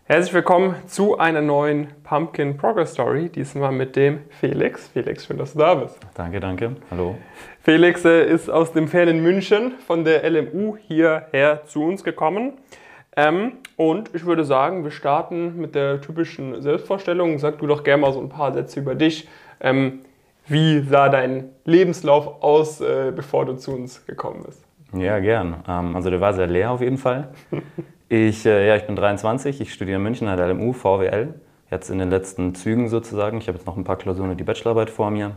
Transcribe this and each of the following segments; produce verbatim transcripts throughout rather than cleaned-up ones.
Herzlich willkommen zu einer neuen Pumpkin Progress Story, diesmal mit dem Felix. Felix, schön, dass du da bist. Danke, danke. Hallo. Felix äh, ist aus dem fernen München von der L M U hierher zu uns gekommen. Ähm, und ich würde sagen, wir starten mit der typischen Selbstvorstellung. Sag du doch gerne mal so ein paar Sätze über dich. Ähm, wie sah dein Lebenslauf aus, äh, bevor du zu uns gekommen bist? Ja, gern. Ähm, also der war sehr leer auf jeden Fall. Ich, äh, ja, ich bin dreiundzwanzig, ich studiere in München an der L M U, V W L. Jetzt in den letzten Zügen sozusagen. Ich habe jetzt noch ein paar Klausuren und die Bachelorarbeit vor mir.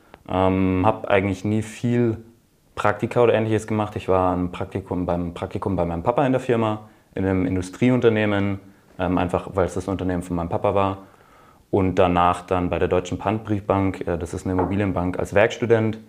Ähm, habe eigentlich nie viel Praktika oder Ähnliches gemacht. Ich war ein Praktikum beim Praktikum bei meinem Papa in der Firma, in einem Industrieunternehmen, ähm, einfach weil es das Unternehmen von meinem Papa war. Und danach dann bei der Deutschen Pfandbriefbank, äh, das ist eine Immobilienbank, als Werkstudent.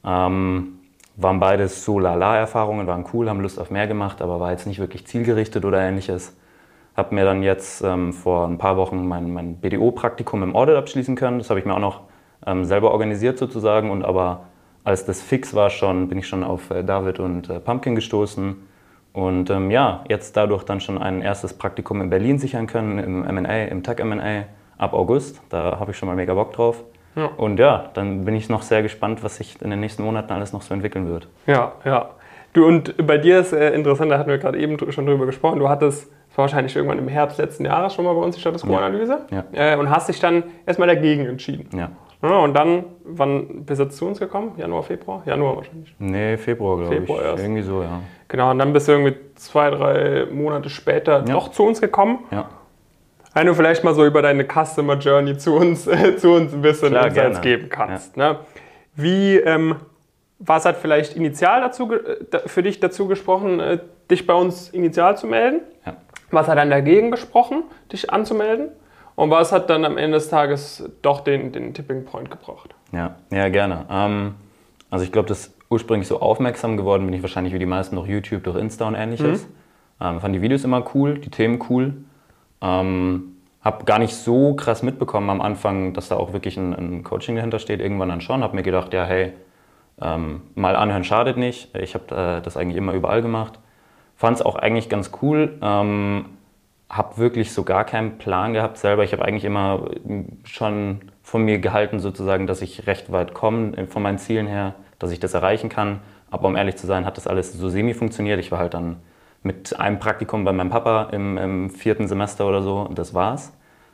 Ähm, waren beides so Lala-Erfahrungen, waren cool, haben Lust auf mehr gemacht, aber war jetzt nicht wirklich zielgerichtet oder Ähnliches. Habe mir dann jetzt ähm, vor ein paar Wochen mein, mein B D O-Praktikum im Audit abschließen können. Das habe ich mir auch noch ähm, selber organisiert sozusagen. Und aber als das fix war, schon, bin ich schon auf äh, David und äh, Pumpkin gestoßen. Und ähm, ja, jetzt dadurch dann schon ein erstes Praktikum in Berlin sichern können, im M und A, im Tech M und A ab August. Da habe ich schon mal mega Bock drauf. Ja. Und ja, dann bin ich noch sehr gespannt, was sich in den nächsten Monaten alles noch so entwickeln wird. Ja, ja. Du, und bei dir ist äh, interessant, da hatten wir gerade eben schon drüber gesprochen, du hattest, das war wahrscheinlich irgendwann im Herbst letzten Jahres schon mal bei uns die Status Quo-Analyse, ja. äh, und hast dich dann erstmal dagegen entschieden. Ja. Ja, und dann, wann bist du zu uns gekommen? Januar, Februar? Januar wahrscheinlich. Nee, Februar, glaube ich. Februar erst. Irgendwie so, ja. Genau, und dann bist du irgendwie zwei, drei Monate später ja. doch zu uns gekommen. Ja. Wenn du vielleicht mal so über deine Customer Journey zu uns, äh, zu uns ein bisschen Klar, Insights geben kannst. Ja. Ne? Wie, ähm, was hat vielleicht initial dazu, für dich dazu gesprochen, äh, dich bei uns initial zu melden? Ja. Was hat dann dagegen gesprochen, dich anzumelden? Und was hat dann am Ende des Tages doch den, den Tipping Point gebracht? Ja, ja gerne. Ähm, also ich glaube, dass ursprünglich so aufmerksam geworden bin ich wahrscheinlich wie die meisten durch YouTube, durch Insta und Ähnliches. Mhm. Ähm, fand die Videos immer cool, die Themen cool. Ähm, habe gar nicht so krass mitbekommen am Anfang, dass da auch wirklich ein, ein Coaching dahinter steht. Irgendwann dann schon. Habe mir gedacht, ja hey, ähm, mal anhören schadet nicht. Ich habe äh, das eigentlich immer überall gemacht. Fand es auch eigentlich ganz cool. Ähm, habe wirklich so gar keinen Plan gehabt selber. Ich habe eigentlich immer schon von mir gehalten sozusagen, dass ich recht weit komme von meinen Zielen her, dass ich das erreichen kann. Aber um ehrlich zu sein, hat das alles so semi funktioniert. Ich war halt dann mit einem Praktikum bei meinem Papa im, im vierten Semester oder so, und das war's.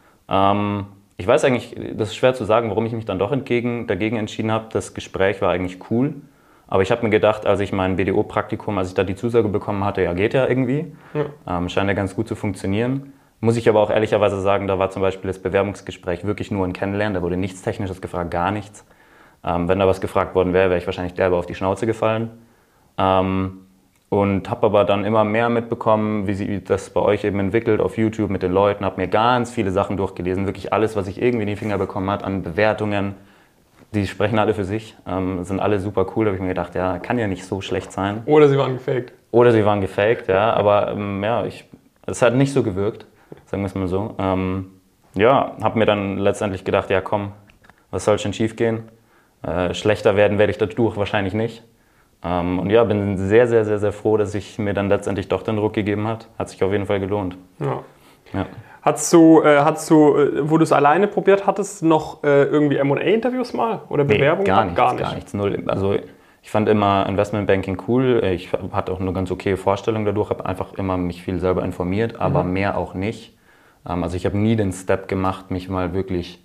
Ähm, ich weiß eigentlich, das ist schwer zu sagen, warum ich mich dann doch entgegen, dagegen entschieden habe. Das Gespräch war eigentlich cool, aber ich habe mir gedacht, als ich mein B D O-Praktikum, als ich da die Zusage bekommen hatte, ja geht ja irgendwie, ja. Ähm, scheint ja ganz gut zu funktionieren. Muss ich aber auch ehrlicherweise sagen, da war zum Beispiel das Bewerbungsgespräch wirklich nur ein Kennenlernen, da wurde nichts Technisches gefragt, gar nichts. Ähm, wenn da was gefragt worden wäre, wäre ich wahrscheinlich derbe auf die Schnauze gefallen. Ähm, Und habe aber dann immer mehr mitbekommen, wie sich das bei euch eben entwickelt auf YouTube mit den Leuten. Habe mir ganz viele Sachen durchgelesen, wirklich alles, was ich irgendwie in die Finger bekommen hat an Bewertungen. Die sprechen alle für sich, ähm, sind alle super cool. Da habe ich mir gedacht, ja, kann ja nicht so schlecht sein. Oder sie waren gefaked. Oder sie waren gefaked, ja. Aber ähm, ja, ich, es hat nicht so gewirkt, sagen wir es mal so. Ähm, ja, habe mir dann letztendlich gedacht, ja komm, was soll schon schief gehen? Äh, schlechter werden werde ich dadurch wahrscheinlich nicht. Um, und ja, bin sehr, sehr, sehr, sehr froh, dass ich mir dann letztendlich doch den Ruck gegeben hat. Hat sich auf jeden Fall gelohnt. Ja. Ja. Hattest du, äh, hattest du, äh, wo du es alleine probiert hattest, noch äh, irgendwie M und A-Interviews mal oder Bewerbungen? Nee, gar nichts, gar, nicht. gar nichts. Null. Also ich fand immer Investmentbanking cool. Ich hatte auch eine ganz okay Vorstellung dadurch, habe einfach immer mich viel selber informiert, aber mhm. mehr auch nicht. Um, also ich habe nie den Step gemacht, mich mal wirklich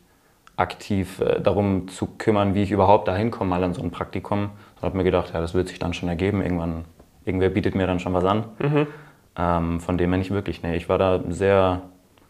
aktiv äh, darum zu kümmern, wie ich überhaupt dahin komme, mal an so ein Praktikum. Ich habe mir gedacht, ja, das wird sich dann schon ergeben. Irgendwann, irgendwer bietet mir dann schon was an. Mhm. Ähm, von dem her nicht wirklich. Nee, ich war da sehr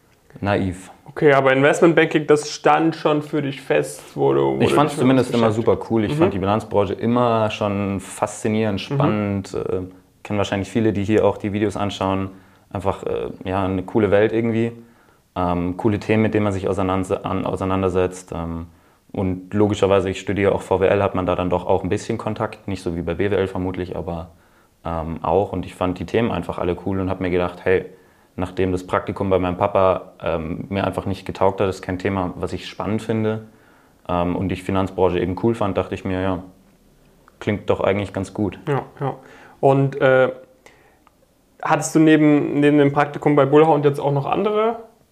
naiv. Okay, aber Investmentbanking, das stand schon für dich fest, wo du. Wo ich fand es zumindest immer super cool. Ich mhm. fand die Bilanzbranche immer schon faszinierend, spannend. Mhm. Äh, kennen wahrscheinlich viele, die hier auch die Videos anschauen. Einfach äh, ja, eine coole Welt irgendwie. Ähm, coole Themen, mit denen man sich auseinander, an, auseinandersetzt. Ähm, Und logischerweise, ich studiere auch V W L, hat man da dann doch auch ein bisschen Kontakt. Nicht so wie bei B W L vermutlich, aber ähm, auch. Und ich fand die Themen einfach alle cool und habe mir gedacht, hey, nachdem das Praktikum bei meinem Papa ähm, mir einfach nicht getaugt hat, ist kein Thema, was ich spannend finde. Ähm, und ich Finanzbranche eben cool fand, dachte ich mir, ja, klingt doch eigentlich ganz gut. Ja, ja. Und äh, hattest du neben, neben dem Praktikum bei Bullhound jetzt auch noch andere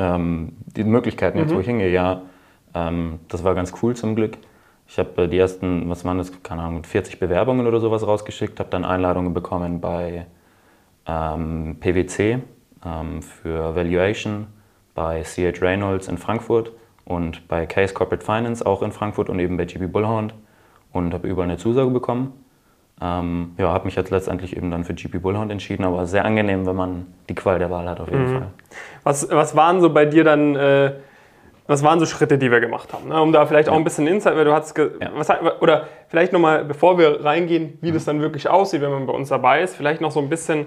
ähm, die Möglichkeiten jetzt, Mhm. wo ich hingehe, ja, ähm, das war ganz cool zum Glück. Ich habe äh, die ersten, was waren das, keine Ahnung, vierzig Bewerbungen oder sowas rausgeschickt, habe dann Einladungen bekommen bei ähm, P W C ähm, für Valuation, bei C H Reynolds in Frankfurt und bei Case Corporate Finance auch in Frankfurt und eben bei G B Bullhound und habe überall eine Zusage bekommen. Ähm, ja, habe mich jetzt letztendlich eben dann für G B Bullhound entschieden, aber sehr angenehm, wenn man die Qual der Wahl hat auf jeden Mhm. Fall. Was, was waren so bei dir dann, äh, was waren so Schritte, die wir gemacht haben? Ne? Um da vielleicht auch Ja. ein bisschen Insight, weil du hast, ge- Ja. was, oder vielleicht nochmal, bevor wir reingehen, wie das dann wirklich aussieht, wenn man bei uns dabei ist, vielleicht noch so ein bisschen,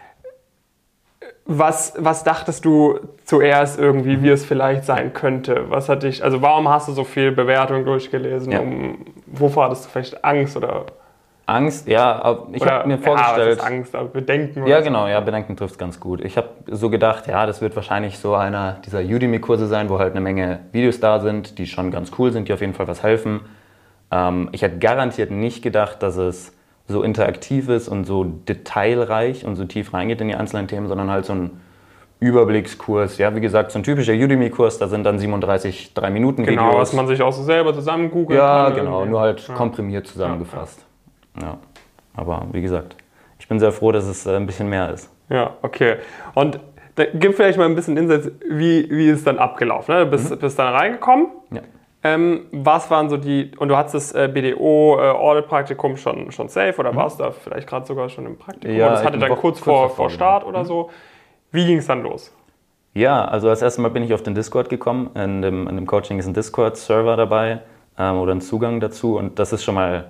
was, was dachtest du zuerst irgendwie, wie es vielleicht sein könnte? Was hat dich, also warum hast du so viel Bewertung durchgelesen? Ja. Um, wovor hattest du vielleicht Angst oder? Angst, ja, ich oder habe mir ja, vorgestellt. was ist Angst, aber Bedenken. Ja, oder so? genau, ja, Bedenken trifft es ganz gut. Ich habe so gedacht, ja, das wird wahrscheinlich so einer dieser Udemy-Kurse sein, wo halt eine Menge Videos da sind, die schon ganz cool sind, die auf jeden Fall was helfen. Ähm, ich hätte garantiert nicht gedacht, dass es so interaktiv ist und so detailreich und so tief reingeht in die einzelnen Themen, sondern halt so ein Überblickskurs. Ja, wie gesagt, so ein typischer Udemy-Kurs, da sind dann siebenunddreißig drei Minuten Videos. Genau, was man sich auch so selber zusammen googeln Ja, kann. genau, irgendwie. nur halt Ja. komprimiert zusammengefasst. Ja, aber wie gesagt, ich bin sehr froh, dass es äh, ein bisschen mehr ist. Ja, okay. Und da, gib vielleicht mal ein bisschen Insights, wie, wie ist es dann abgelaufen? Ne? Du bist, Mhm. bist dann reingekommen. Ja. Ähm, was waren so die, und du hattest das äh, B D O-Audit-Praktikum schon, schon safe oder Mhm. warst da vielleicht gerade sogar schon im Praktikum? Ja, und das ich hatte bin dann vor- kurz kurz vor, davor, vor Start oder mhm. so. Wie ging es dann los? Ja, also das erste Mal bin ich auf den Discord gekommen. In dem, in dem Coaching ist ein Discord-Server dabei ähm, oder ein Zugang dazu. Und das ist schon mal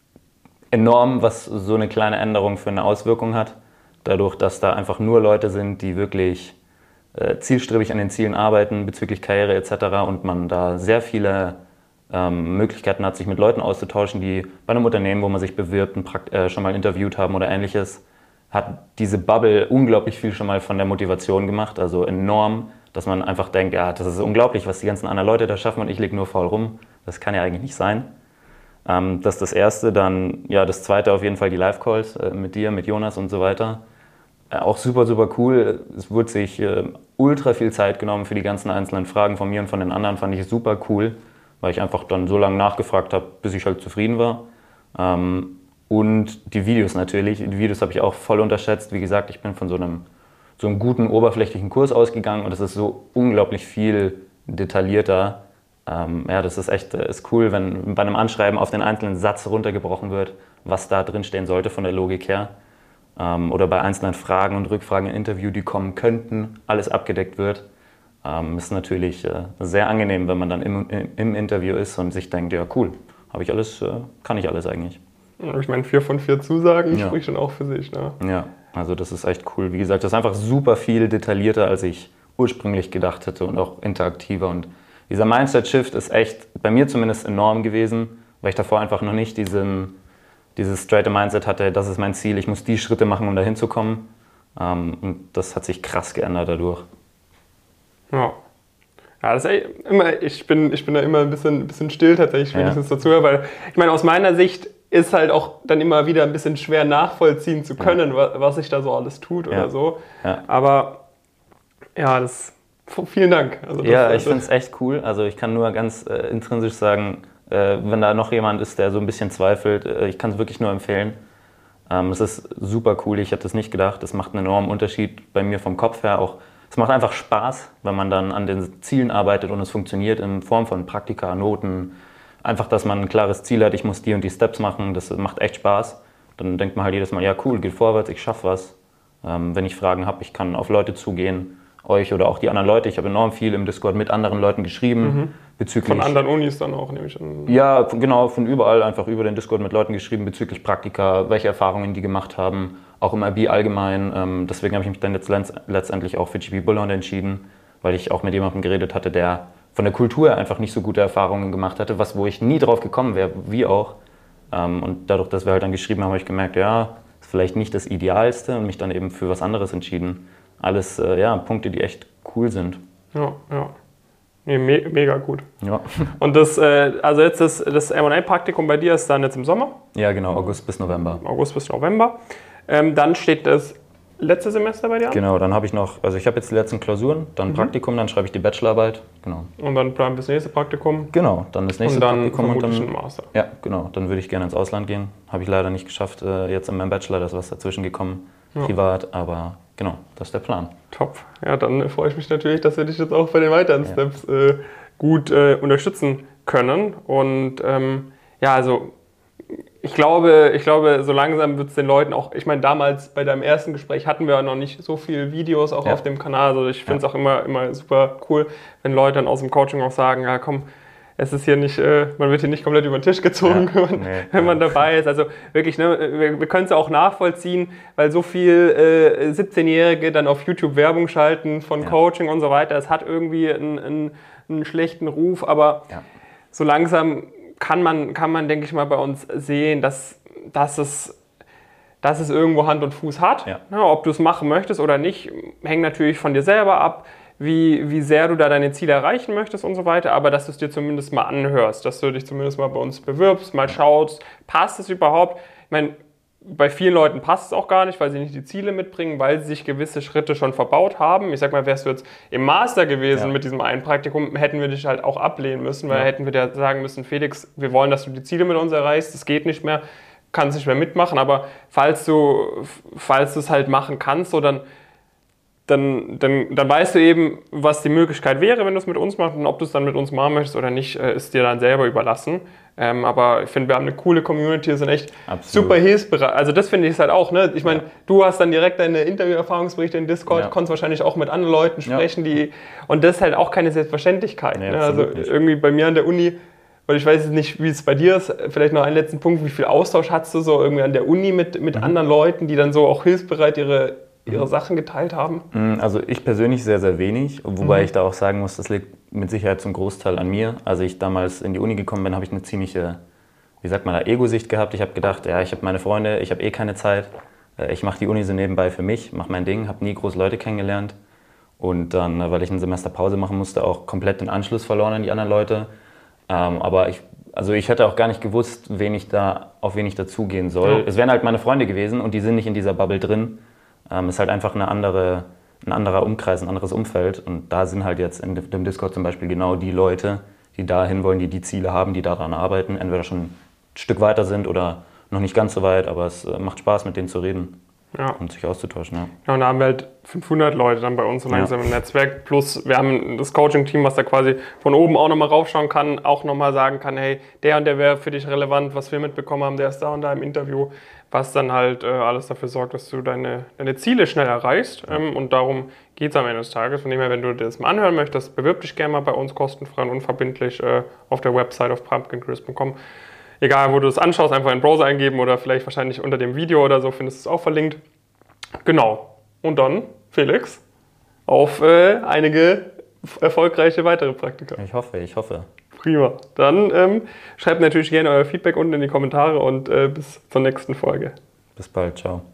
enorm, was so eine kleine Änderung für eine Auswirkung hat. Dadurch, dass da einfach nur Leute sind, die wirklich äh, zielstrebig an den Zielen arbeiten bezüglich Karriere et cetera. Und man da sehr viele ähm, Möglichkeiten hat, sich mit Leuten auszutauschen, die bei einem Unternehmen, wo man sich bewirbt, ein Prakt- äh, schon mal interviewt haben oder ähnliches, hat diese Bubble unglaublich viel schon mal von der Motivation gemacht, also enorm, dass man einfach denkt, ja, das ist unglaublich, was die ganzen anderen Leute da schaffen und ich liege nur faul rum. Das kann ja eigentlich nicht sein. Ähm, das ist das Erste. Dann, ja, das Zweite auf jeden Fall die Live-Calls äh, mit dir, mit Jonas und so weiter. Äh, auch super, super cool. Es wurde sich äh, ultra viel Zeit genommen für die ganzen einzelnen Fragen von mir und von den anderen, fand ich super cool, weil ich einfach dann so lange nachgefragt habe, bis ich halt zufrieden war. Ähm, Und die Videos natürlich. Die Videos habe ich auch voll unterschätzt. Wie gesagt, ich bin von so einem, so einem guten, oberflächlichen Kurs ausgegangen und es ist so unglaublich viel detaillierter. Ähm, ja, das ist echt äh, ist cool, wenn bei einem Anschreiben auf den einzelnen Satz runtergebrochen wird, was da drin stehen sollte von der Logik her. Ähm, oder bei einzelnen Fragen und Rückfragen im Interview, die kommen könnten, alles abgedeckt wird. Ähm, ist natürlich äh, sehr angenehm, wenn man dann im, im, im Interview ist und sich denkt, ja cool, habe ich alles, äh, kann ich alles eigentlich. Ich meine, vier von vier Zusagen Ja. spricht schon auch für sich. Ne? Ja, also das ist echt cool. Wie gesagt, das ist einfach super viel detaillierter, als ich ursprünglich gedacht hätte und auch interaktiver. Und dieser Mindset-Shift ist echt bei mir zumindest enorm gewesen, weil ich davor einfach noch nicht diesen, dieses straighte Mindset hatte, das ist mein Ziel, ich muss die Schritte machen, um da hinzukommen. Ähm, und das hat sich krass geändert dadurch. Ja. Ja, das ist echt immer, ich bin, ich bin da immer ein bisschen, ein bisschen still tatsächlich, wenn Ja. ich das dazu höre, weil ich meine, aus meiner Sicht ist halt auch dann immer wieder ein bisschen schwer nachvollziehen zu können, wa- was sich da so alles tut Ja. oder so. Ja. Aber ja, das vielen Dank. Also das, Ja, ich also, finde es echt cool. Also ich kann nur ganz äh, intrinsisch sagen, äh, wenn da noch jemand ist, der so ein bisschen zweifelt, äh, ich kann es wirklich nur empfehlen. Ähm, es ist super cool, ich hätte es nicht gedacht. Es macht einen enormen Unterschied bei mir vom Kopf her auch. Es macht einfach Spaß, wenn man dann an den Zielen arbeitet und es funktioniert in Form von Praktika, Noten. Einfach, dass man ein klares Ziel hat, ich muss die und die Steps machen, das macht echt Spaß. Dann denkt man halt jedes Mal, ja cool, geht vorwärts, ich schaffe was. Ähm, wenn ich Fragen habe, ich kann auf Leute zugehen, euch oder auch die anderen Leute. Ich habe enorm viel im Discord mit anderen Leuten geschrieben. Bezüglich, von anderen Unis dann auch, nehme ich an. ja, von- genau, von überall einfach über den Discord mit Leuten geschrieben bezüglich Praktika, welche Erfahrungen die gemacht haben, auch im I B allgemein. Ähm, deswegen habe ich mich dann jetzt letzt- letztendlich auch für G B Bullhound entschieden, weil ich auch mit jemandem geredet hatte, der von der Kultur her einfach nicht so gute Erfahrungen gemacht hatte, was wo ich nie drauf gekommen wäre, wie auch. Ähm, und dadurch, dass wir halt dann geschrieben haben, habe ich gemerkt, ja, ist vielleicht nicht das Idealste und mich dann eben für was anderes entschieden. Alles, äh, ja, Punkte, die echt cool sind. Ja, ja. Nee, me mega gut. Ja. Und das, äh, also jetzt das, das M und A-Praktikum bei dir ist dann jetzt im Sommer, Ja, genau, August bis November. August bis November. Ähm, dann steht das letztes Semester bei dir an? Genau, dann habe ich noch, also ich habe jetzt die letzten Klausuren, dann mhm. Praktikum, dann schreibe ich die Bachelorarbeit. Genau. Und dann bleiben bis nächste Praktikum? Genau, dann das nächste und dann Praktikum und dann Master. Ja, genau, dann würde ich gerne ins Ausland gehen. Habe ich leider nicht geschafft, jetzt in meinem Bachelor, da ist was dazwischen gekommen, ja. privat, aber genau, das ist der Plan. Top. Ja, dann freue ich mich natürlich, dass wir dich jetzt auch bei den weiteren ja. Steps äh, gut äh, unterstützen können. Und ähm, ja, also Ich glaube, ich glaube, so langsam wird es den Leuten auch, ich meine, damals bei deinem ersten Gespräch hatten wir noch nicht so viele Videos auch ja. auf dem Kanal, also ich finde es ja. auch immer, immer super cool, wenn Leute dann aus dem Coaching auch sagen, ja komm, es ist hier nicht, äh, man wird hier nicht komplett über den Tisch gezogen, ja. wenn, man, nee, wenn man dabei ist. Also wirklich, ne, wir, wir können es auch nachvollziehen, weil so viel äh, siebzehnjährige dann auf YouTube Werbung schalten von ja. Coaching und so weiter, es hat irgendwie einen, einen, einen schlechten Ruf, aber ja. so langsam kann man, kann man, denke ich mal, bei uns sehen, dass, dass, es, dass es irgendwo Hand und Fuß hat. Ja. Ja, ob du es machen möchtest oder nicht, hängt natürlich von dir selber ab, wie, wie sehr du da deine Ziele erreichen möchtest und so weiter, aber dass du es dir zumindest mal anhörst, dass du dich zumindest mal bei uns bewirbst, mal schaust, passt es überhaupt? Ich meine, bei vielen Leuten passt es auch gar nicht, weil sie nicht die Ziele mitbringen, weil sie sich gewisse Schritte schon verbaut haben. Ich sag mal, wärst du jetzt im Master gewesen ja. mit diesem einen Praktikum, hätten wir dich halt auch ablehnen müssen, weil ja. hätten wir dir sagen müssen, Felix, wir wollen, dass du die Ziele mit uns erreichst, das geht nicht mehr, kannst nicht mehr mitmachen, aber falls du falls du es halt machen kannst, so dann Dann, dann, dann weißt du eben, was die Möglichkeit wäre, wenn du es mit uns machst und ob du es dann mit uns machen möchtest oder nicht, ist dir dann selber überlassen. Ähm, aber ich finde, wir haben eine coole Community, wir sind echt Absolut. super hilfsbereit. Also das finde ich halt auch, ne? Ich meine, ja. du hast dann direkt deine Interview-Erfahrungsberichte in Discord, ja. konntest wahrscheinlich auch mit anderen Leuten sprechen, ja. die und das ist halt auch keine Selbstverständlichkeit. Nee, ne? Also nicht. Irgendwie bei mir an der Uni, weil ich weiß nicht, wie es bei dir ist, vielleicht noch einen letzten Punkt, wie viel Austausch hast du so irgendwie an der Uni mit, mit mhm. anderen Leuten, die dann so auch hilfsbereit ihre ihre Sachen geteilt haben? Also ich persönlich sehr, sehr wenig, wobei mhm. ich da auch sagen muss, das liegt mit Sicherheit zum Großteil an mir. Als ich damals in die Uni gekommen bin, habe ich eine ziemliche, wie sagt man da, Ego-Sicht gehabt. Ich habe gedacht, ja, ich habe meine Freunde, ich habe eh keine Zeit, ich mache die Uni so nebenbei für mich, mache mein Ding, habe nie groß Leute kennengelernt und dann, weil ich ein Semester Pause machen musste, auch komplett den Anschluss verloren an die anderen Leute. Aber ich, also ich hätte auch gar nicht gewusst, wen ich da, auf wen ich dazugehen soll. Ja. Es wären halt meine Freunde gewesen und die sind nicht in dieser Bubble drin. Ähm, ist halt einfach eine andere, ein anderer Umkreis, ein anderes Umfeld und da sind halt jetzt in dem Discord zum Beispiel genau die Leute, die dahin wollen, die die Ziele haben, die daran arbeiten, entweder schon ein Stück weiter sind oder noch nicht ganz so weit, aber es macht Spaß, mit denen zu reden ja. und sich auszutauschen. Ja. Ja, und da haben wir halt fünfhundert Leute dann bei uns so langsam ja. im Netzwerk, plus wir haben das Coaching-Team, was da quasi von oben auch nochmal raufschauen kann, auch nochmal sagen kann, hey, der und der wäre für dich relevant, was wir mitbekommen haben, der ist da und da im Interview, was dann halt äh, alles dafür sorgt, dass du deine, deine Ziele schnell erreichst. Ähm, und darum geht es am Ende des Tages. Von dem her, wenn du dir das mal anhören möchtest, bewirb dich gerne mal bei uns kostenfrei und unverbindlich äh, auf der Website auf pumpkin crisp punkt com. Egal, wo du das anschaust, einfach in den Browser eingeben oder vielleicht wahrscheinlich unter dem Video oder so, findest du es auch verlinkt. Genau. Und dann, Felix, auf äh, einige erfolgreiche weitere Praktika. Ich hoffe, ich hoffe. Prima. Dann ähm, schreibt natürlich gerne euer Feedback unten in die Kommentare und äh, bis zur nächsten Folge. Bis bald. Ciao.